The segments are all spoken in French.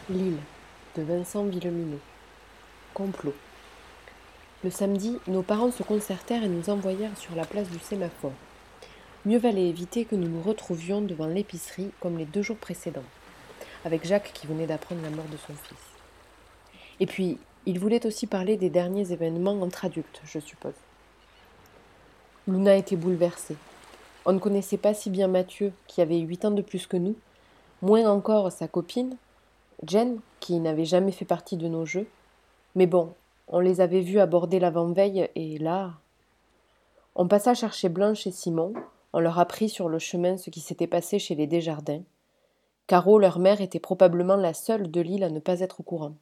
L'île de Vincent Villeminot. Complot. Le samedi, nos parents se concertèrent et nous envoyèrent sur la place du sémaphore. Mieux valait éviter que nous nous retrouvions devant l'épicerie comme les 2 jours précédents, avec Jacques qui venait d'apprendre la mort de son fils. Et puis, ils voulaient aussi parler des derniers événements entre adultes, je suppose. Luna était bouleversée. On ne connaissait pas si bien Mathieu, qui avait 8 ans de plus que nous, moins encore sa copine, Jen, qui n'avait jamais fait partie de nos jeux. Mais bon, on les avait vus aborder l'avant-veille, et là... On passa chercher Blanche et Simon, on leur apprit sur le chemin ce qui s'était passé chez les Desjardins. Caro, leur mère, était probablement la seule de l'île à ne pas être au courant.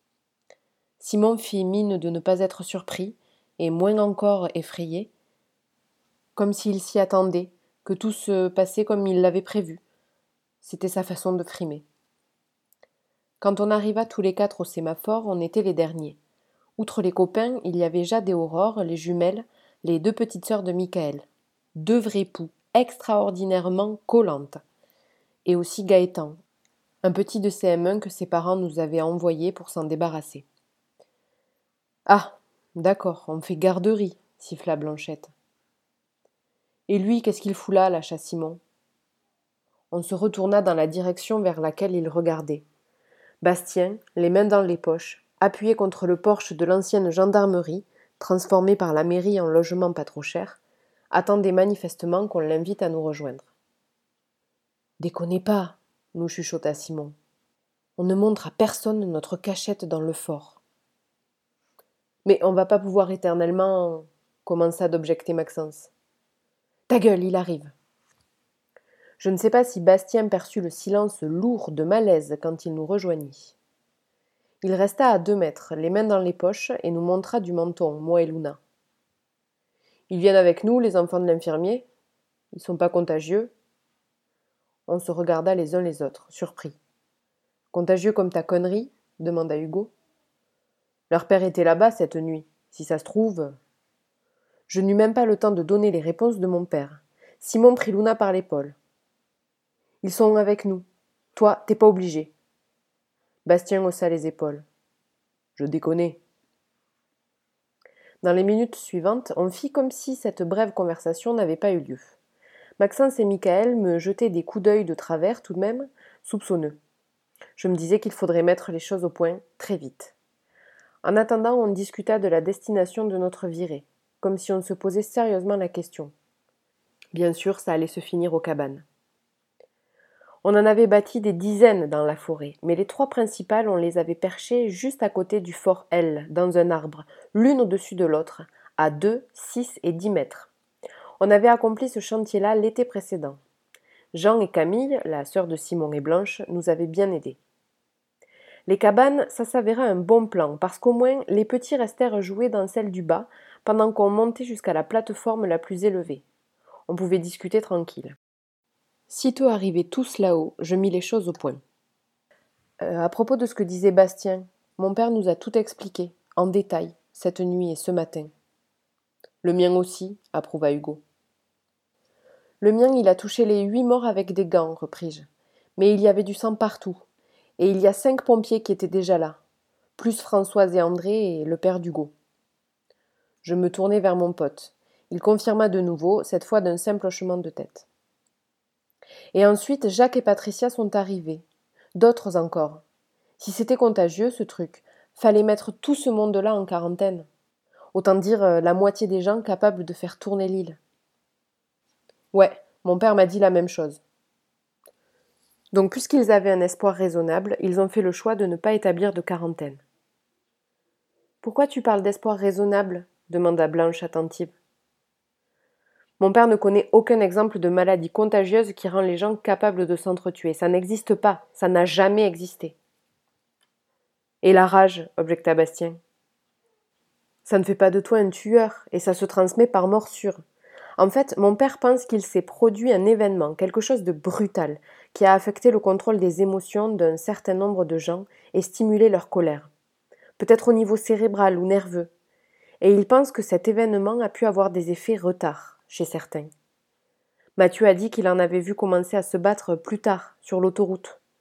Simon fit mine de ne pas être surpris, et moins encore effrayé, comme s'il s'y attendait, que tout se passait comme il l'avait prévu. C'était sa façon de frimer. Quand on arriva tous les 4 au sémaphore, on était les derniers. Outre les copains, il y avait Jade et Aurore, les jumelles, les 2 petites sœurs de Michael. 2 vrais poux, extraordinairement collantes. Et aussi Gaëtan, un petit de CM1 que ses parents nous avaient envoyé pour s'en débarrasser. Ah, d'accord, on fait garderie, siffla Blanchette. Et lui, qu'est-ce qu'il fout là, lâcha Simon. On se retourna dans la direction vers laquelle il regardait. Bastien, les mains dans les poches, appuyé contre le porche de l'ancienne gendarmerie, transformée par la mairie en logement pas trop cher, attendait manifestement qu'on l'invite à nous rejoindre. Déconnez pas, nous chuchota Simon. On ne montre à personne notre cachette dans le fort. Mais on va pas pouvoir éternellement, commença d'objecter Maxence. Ta gueule, il arrive. Je ne sais pas si Bastien perçut le silence lourd de malaise quand il nous rejoignit. Il resta à 2 mètres, les mains dans les poches, et nous montra du menton, moi et Luna. Ils viennent avec nous, les enfants de l'infirmier. Ils sont pas contagieux. On se regarda les uns les autres, surpris. Contagieux comme ta connerie demanda Hugo. Leur père était là-bas cette nuit. Si ça se trouve... Je n'eus même pas le temps de donner les réponses de mon père. Simon prit Luna par l'épaule. Ils sont avec nous. Toi, t'es pas obligé. Bastien haussa les épaules. Je déconne. Dans les minutes suivantes, on fit comme si cette brève conversation n'avait pas eu lieu. Maxence et Michael me jetaient des coups d'œil de travers tout de même, soupçonneux. Je me disais qu'il faudrait mettre les choses au point très vite. En attendant, on discuta de la destination de notre virée, comme si on se posait sérieusement la question. Bien sûr, ça allait se finir aux cabanes. On en avait bâti des dizaines dans la forêt, mais les 3 principales, on les avait perchées juste à côté du fort L, dans un arbre, l'une au-dessus de l'autre, à 2, 6 et 10 mètres. On avait accompli ce chantier-là l'été précédent. Jean et Camille, la sœur de Simon et Blanche, nous avaient bien aidés. Les cabanes, ça s'avéra un bon plan, parce qu'au moins les petits restèrent jouer dans celle du bas, pendant qu'on montait jusqu'à la plateforme la plus élevée. On pouvait discuter tranquille. Sitôt arrivés tous là-haut, je mis les choses au point. À propos de ce que disait Bastien, mon père nous a tout expliqué, en détail, cette nuit et ce matin. Le mien aussi, approuva Hugo. Le mien, il a touché les 8 morts avec des gants, repris-je. Mais il y avait du sang partout. Et il y a 5 pompiers qui étaient déjà là, plus Françoise et André et le père d'Hugo. Je me tournai vers mon pote. Il confirma de nouveau, cette fois d'un simple hochement de tête. Et ensuite, Jacques et Patricia sont arrivés. D'autres encore. Si c'était contagieux, ce truc, fallait mettre tout ce monde-là en quarantaine. Autant dire la moitié des gens capables de faire tourner l'île. Ouais, mon père m'a dit la même chose. Donc, puisqu'ils avaient un espoir raisonnable, ils ont fait le choix de ne pas établir de quarantaine. Pourquoi tu parles d'espoir raisonnable demanda Blanche attentive. Mon père ne connaît aucun exemple de maladie contagieuse qui rend les gens capables de s'entretuer. Ça n'existe pas, ça n'a jamais existé. Et la rage, objecta Bastien. Ça ne fait pas de toi un tueur, et ça se transmet par morsure. En fait, mon père pense qu'il s'est produit un événement, quelque chose de brutal, qui a affecté le contrôle des émotions d'un certain nombre de gens et stimulé leur colère. Peut-être au niveau cérébral ou nerveux. Et il pense que cet événement a pu avoir des effets retard chez certains. Mathieu a dit qu'il en avait vu commencer à se battre plus tard, sur l'autoroute.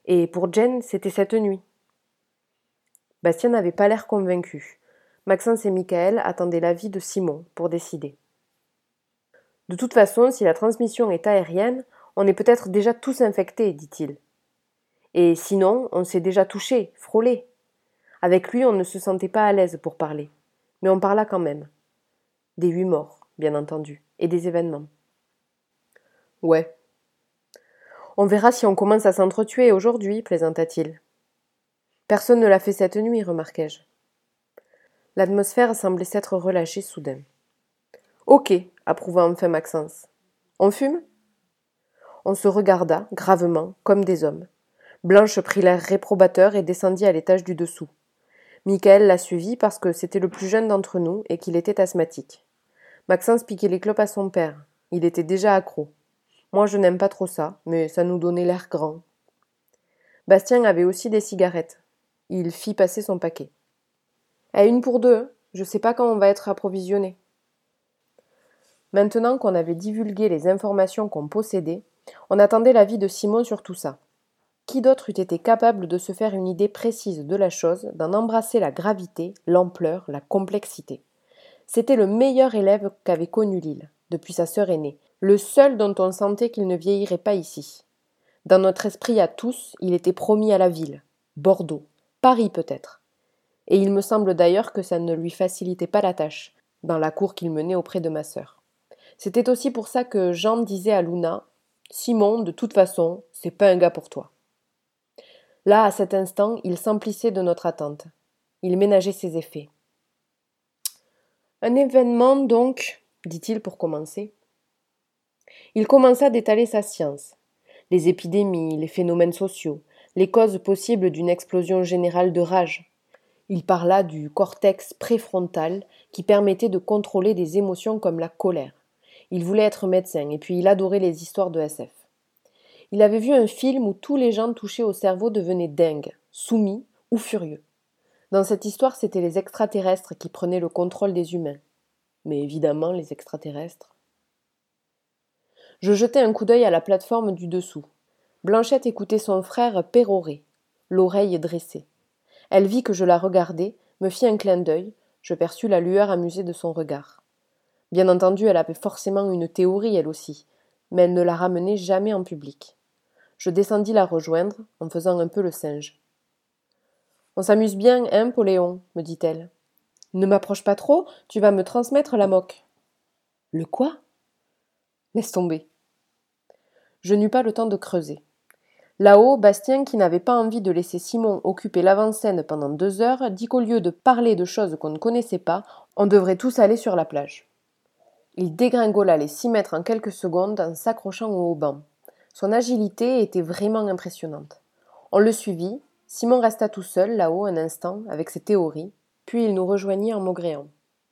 Et pour Jen, c'était cette nuit. Bastien n'avait pas l'air convaincu. Maxence et Michael attendaient l'avis de Simon pour décider. De toute façon, si la transmission est aérienne, on est peut-être déjà tous infectés, dit-il. Et sinon, on s'est déjà touché, frôlé. Avec lui, on ne se sentait pas à l'aise pour parler. Mais on parla quand même. Des 8 morts, bien entendu, et des événements. Ouais. On verra si on commence à s'entretuer aujourd'hui, plaisanta-t-il. Personne ne l'a fait cette nuit, remarquai-je. L'atmosphère semblait s'être relâchée soudain. Ok, approuva enfin Maxence. On fume? On se regarda, gravement, comme des hommes. Blanche prit l'air réprobateur et descendit à l'étage du dessous. Michael la suivit parce que c'était le plus jeune d'entre nous et qu'il était asthmatique. Maxence piquait les clopes à son père. Il était déjà accro. Moi, je n'aime pas trop ça, mais ça nous donnait l'air grand. Bastien avait aussi des cigarettes. Il fit passer son paquet. Une pour deux, je sais pas quand on va être approvisionné. Maintenant qu'on avait divulgué les informations qu'on possédait, on attendait l'avis de Simon sur tout ça. Qui d'autre eût été capable de se faire une idée précise de la chose, d'en embrasser la gravité, l'ampleur, la complexité? C'était le meilleur élève qu'avait connu l'île, depuis sa sœur aînée, le seul dont on sentait qu'il ne vieillirait pas ici. Dans notre esprit à tous, il était promis à la ville, Bordeaux, Paris peut-être. Et il me semble d'ailleurs que ça ne lui facilitait pas la tâche, dans la cour qu'il menait auprès de ma sœur. C'était aussi pour ça que Jean disait à Luna « Simon, de toute façon, c'est pas un gars pour toi ». Là, à cet instant, il s'emplissait de notre attente. Il ménageait ses effets. Un événement, donc, dit-il pour commencer. Il commença d'étaler sa science. Les épidémies, les phénomènes sociaux, les causes possibles d'une explosion générale de rage. Il parla du cortex préfrontal qui permettait de contrôler des émotions comme la colère. Il voulait être médecin et puis il adorait les histoires de SF. Il avait vu un film où tous les gens touchés au cerveau devenaient dingues, soumis ou furieux. Dans cette histoire, c'était les extraterrestres qui prenaient le contrôle des humains. Mais évidemment, les extraterrestres. Je jetai un coup d'œil à la plateforme du dessous. Blanchette écoutait son frère pérorer, l'oreille dressée. Elle vit que je la regardais, me fit un clin d'œil, je perçus la lueur amusée de son regard. Bien entendu, elle avait forcément une théorie, elle aussi, mais elle ne la ramenait jamais en public. Je descendis la rejoindre, en faisant un peu le singe. On s'amuse bien, hein, Poléon, me dit-elle. Ne m'approche pas trop, tu vas me transmettre la moque. Le quoi? Laisse tomber. Je n'eus pas le temps de creuser. Là-haut, Bastien, qui n'avait pas envie de laisser Simon occuper l'avant-scène pendant 2 heures, dit qu'au lieu de parler de choses qu'on ne connaissait pas, on devrait tous aller sur la plage. Il dégringola les 6 mètres en quelques secondes en s'accrochant au haut banc. Son agilité était vraiment impressionnante. On le suivit, Simon resta tout seul là-haut un instant avec ses théories, puis il nous rejoignit en maugréant.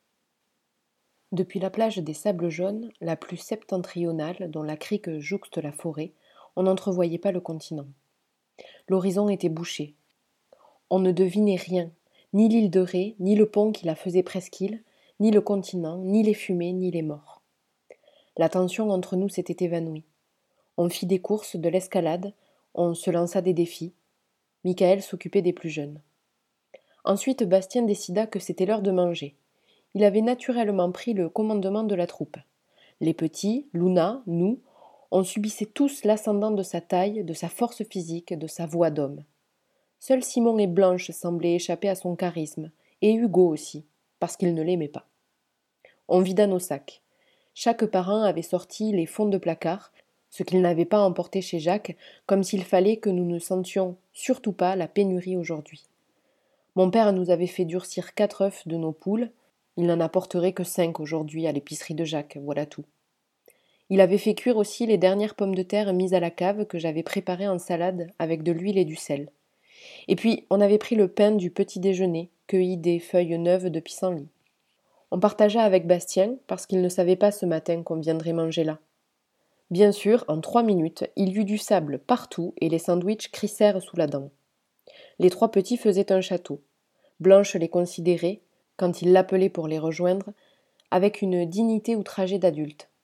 Depuis la plage des Sables Jaunes, la plus septentrionale dont la crique jouxte la forêt, on n'entrevoyait pas le continent. L'horizon était bouché. On ne devinait rien, ni l'île de Ré, ni le pont qui la faisait presqu'île, ni le continent, ni les fumées, ni les morts. La tension entre nous s'était évanouie. On fit des courses, de l'escalade, on se lança des défis. Michael s'occupait des plus jeunes. Ensuite, Bastien décida que c'était l'heure de manger. Il avait naturellement pris le commandement de la troupe. Les petits, Luna, nous, on subissait tous l'ascendant de sa taille, de sa force physique, de sa voix d'homme. Seuls Simon et Blanche semblaient échapper à son charisme, et Hugo aussi, parce qu'il ne l'aimait pas. On vida nos sacs. Chaque parent avait sorti les fonds de placard, ce qu'il n'avait pas emporté chez Jacques, comme s'il fallait que nous ne sentions surtout pas la pénurie aujourd'hui. Mon père nous avait fait durcir 4 œufs de nos poules, il n'en apporterait que 5 aujourd'hui à l'épicerie de Jacques, voilà tout. Il avait fait cuire aussi les dernières pommes de terre mises à la cave que j'avais préparées en salade avec de l'huile et du sel. Et puis, on avait pris le pain du petit déjeuner, cueilli des feuilles neuves de pissenlit. On partagea avec Bastien, parce qu'il ne savait pas ce matin qu'on viendrait manger là. Bien sûr, en 3 minutes, il y eut du sable partout et les sandwichs crissèrent sous la dent. Les 3 petits faisaient un château. Blanche les considérait, quand il l'appelait pour les rejoindre, avec une dignité outragée d'adulte.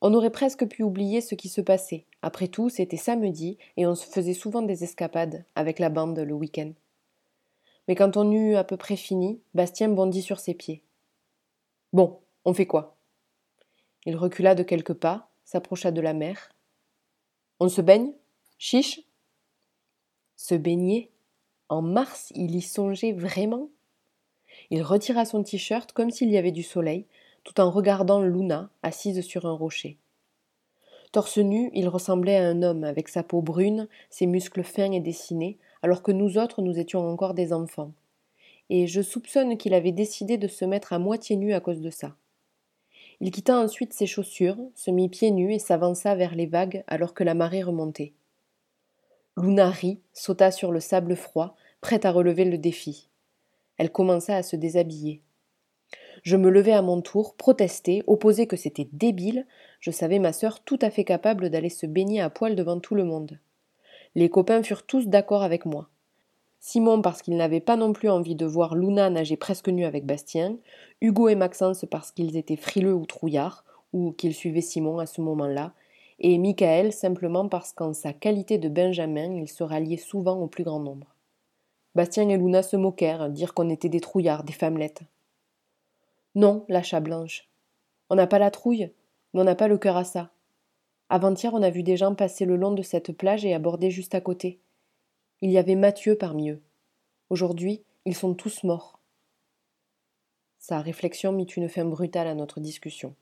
On aurait presque pu oublier ce qui se passait. Après tout, c'était samedi et on se faisait souvent des escapades avec la bande le week-end. Mais quand on eut à peu près fini, Bastien bondit sur ses pieds. « Bon, on fait quoi ?» Il recula de quelques pas, s'approcha de la mer. « On se baigne ? Chiche ?» Se baigner ? En mars, il y songeait vraiment ? Il retira son t-shirt comme s'il y avait du soleil, tout en regardant Luna, assise sur un rocher. Torse nu, il ressemblait à un homme, avec sa peau brune, ses muscles fins et dessinés, alors que nous autres, nous étions encore des enfants. Et je soupçonne qu'il avait décidé de se mettre à moitié nu à cause de ça. Il quitta ensuite ses chaussures, se mit pieds nus et s'avança vers les vagues alors que la marée remontait. Luna rit, sauta sur le sable froid, prête à relever le défi. Elle commença à se déshabiller. Je me levai à mon tour, protestai, opposai que c'était débile. Je savais ma sœur tout à fait capable d'aller se baigner à poil devant tout le monde. Les copains furent tous d'accord avec moi. Simon parce qu'il n'avait pas non plus envie de voir Luna nager presque nue avec Bastien, Hugo et Maxence parce qu'ils étaient frileux ou trouillards, ou qu'ils suivaient Simon à ce moment-là, et Michael simplement parce qu'en sa qualité de Benjamin, il se ralliait souvent au plus grand nombre. Bastien et Luna se moquèrent, dirent qu'on était des trouillards, des femmelettes. Non, lâcha Blanche. On n'a pas la trouille, mais on n'a pas le cœur à ça. Avant-hier, on a vu des gens passer le long de cette plage et aborder juste à côté. Il y avait Mathieu parmi eux. Aujourd'hui, ils sont tous morts. Sa réflexion mit une fin brutale à notre discussion.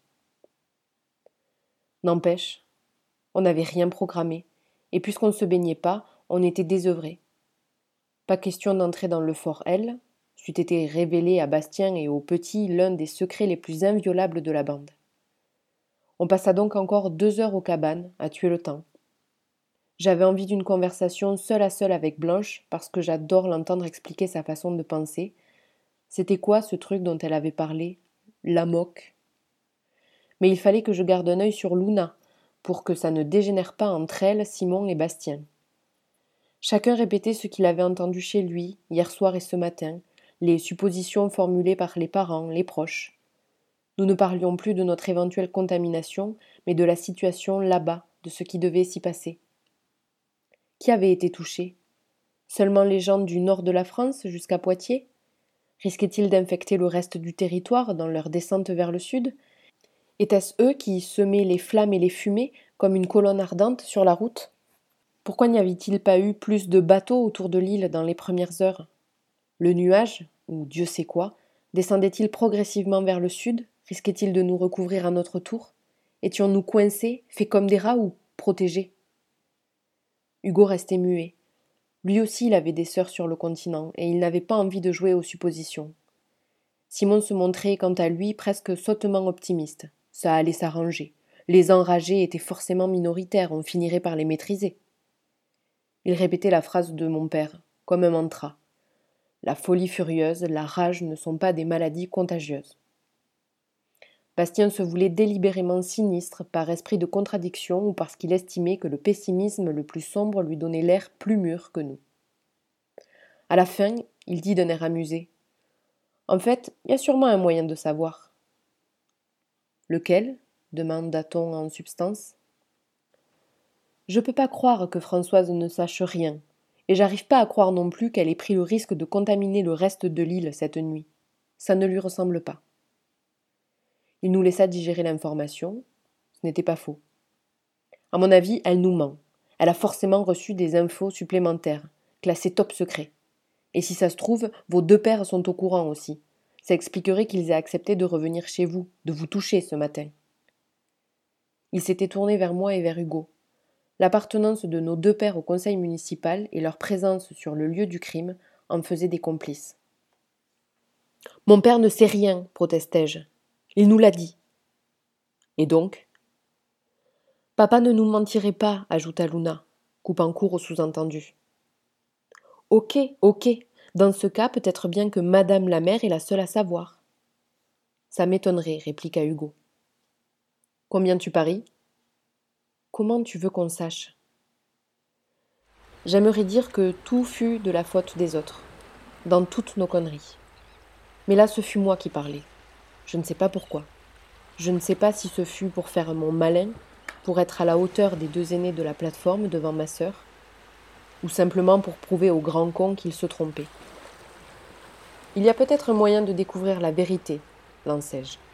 N'empêche, on n'avait rien programmé, et puisqu'on ne se baignait pas, on était désœuvrés. Pas question d'entrer dans le fort L, c'eût été révélé à Bastien et aux petits l'un des secrets les plus inviolables de la bande. On passa donc encore 2 heures aux cabanes, à tuer le temps. J'avais envie d'une conversation seule à seule avec Blanche, parce que j'adore l'entendre expliquer sa façon de penser. C'était quoi ce truc dont elle avait parlé ? La moque. Mais il fallait que je garde un œil sur Luna, pour que ça ne dégénère pas entre elle, Simon et Bastien. Chacun répétait ce qu'il avait entendu chez lui, hier soir et ce matin, les suppositions formulées par les parents, les proches. Nous ne parlions plus de notre éventuelle contamination, mais de la situation là-bas, de ce qui devait s'y passer. Qui avait été touché ? Seulement les gens du nord de la France jusqu'à Poitiers ? Risquaient-ils d'infecter le reste du territoire dans leur descente vers le sud ? Étaient-ce eux qui semaient les flammes et les fumées comme une colonne ardente sur la route ? Pourquoi n'y avait-il pas eu plus de bateaux autour de l'île dans les premières heures ? Le nuage, ou Dieu sait quoi, descendait-il progressivement vers le sud ? Risquait-il de nous recouvrir à notre tour ? Étions-nous coincés, faits comme des rats ou protégés ? Hugo restait muet. Lui aussi il avait des sœurs sur le continent, et il n'avait pas envie de jouer aux suppositions. Simon se montrait, quant à lui, presque sottement optimiste. Ça allait s'arranger. Les enragés étaient forcément minoritaires, on finirait par les maîtriser. Il répétait la phrase de mon père, comme un mantra. La folie furieuse, la rage ne sont pas des maladies contagieuses. Bastien se voulait délibérément sinistre par esprit de contradiction ou parce qu'il estimait que le pessimisme le plus sombre lui donnait l'air plus mûr que nous. À la fin, il dit d'un air amusé. En fait, il y a sûrement un moyen de savoir. Lequel ? Demanda-t-on en substance. Je ne peux pas croire que Françoise ne sache rien, et j'arrive pas à croire non plus qu'elle ait pris le risque de contaminer le reste de l'île cette nuit. Ça ne lui ressemble pas. Il nous laissa digérer l'information. Ce n'était pas faux. À mon avis, elle nous ment. Elle a forcément reçu des infos supplémentaires, classées top secret. Et si ça se trouve, vos 2 pères sont au courant aussi. Ça expliquerait qu'ils aient accepté de revenir chez vous, de vous toucher ce matin. Il s'était tourné vers moi et vers Hugo. L'appartenance de nos 2 pères au conseil municipal et leur présence sur le lieu du crime en faisaient des complices. Mon père ne sait rien, protestai-je. Il nous l'a dit. Et donc ? Papa ne nous mentirait pas, ajouta Luna, coupant court au sous-entendu. Ok. Dans ce cas, peut-être bien que Madame la mère est la seule à savoir. Ça m'étonnerait, répliqua Hugo. Combien tu paries ? Comment tu veux qu'on sache ? J'aimerais dire que tout fut de la faute des autres, dans toutes nos conneries. Mais là, ce fut moi qui parlais. Je ne sais pas pourquoi. Je ne sais pas si ce fut pour faire mon malin, pour être à la hauteur des deux aînés de la plateforme devant ma sœur, ou simplement pour prouver au grand con qu'il se trompait. Il y a peut-être moyen de découvrir la vérité, lançai-je.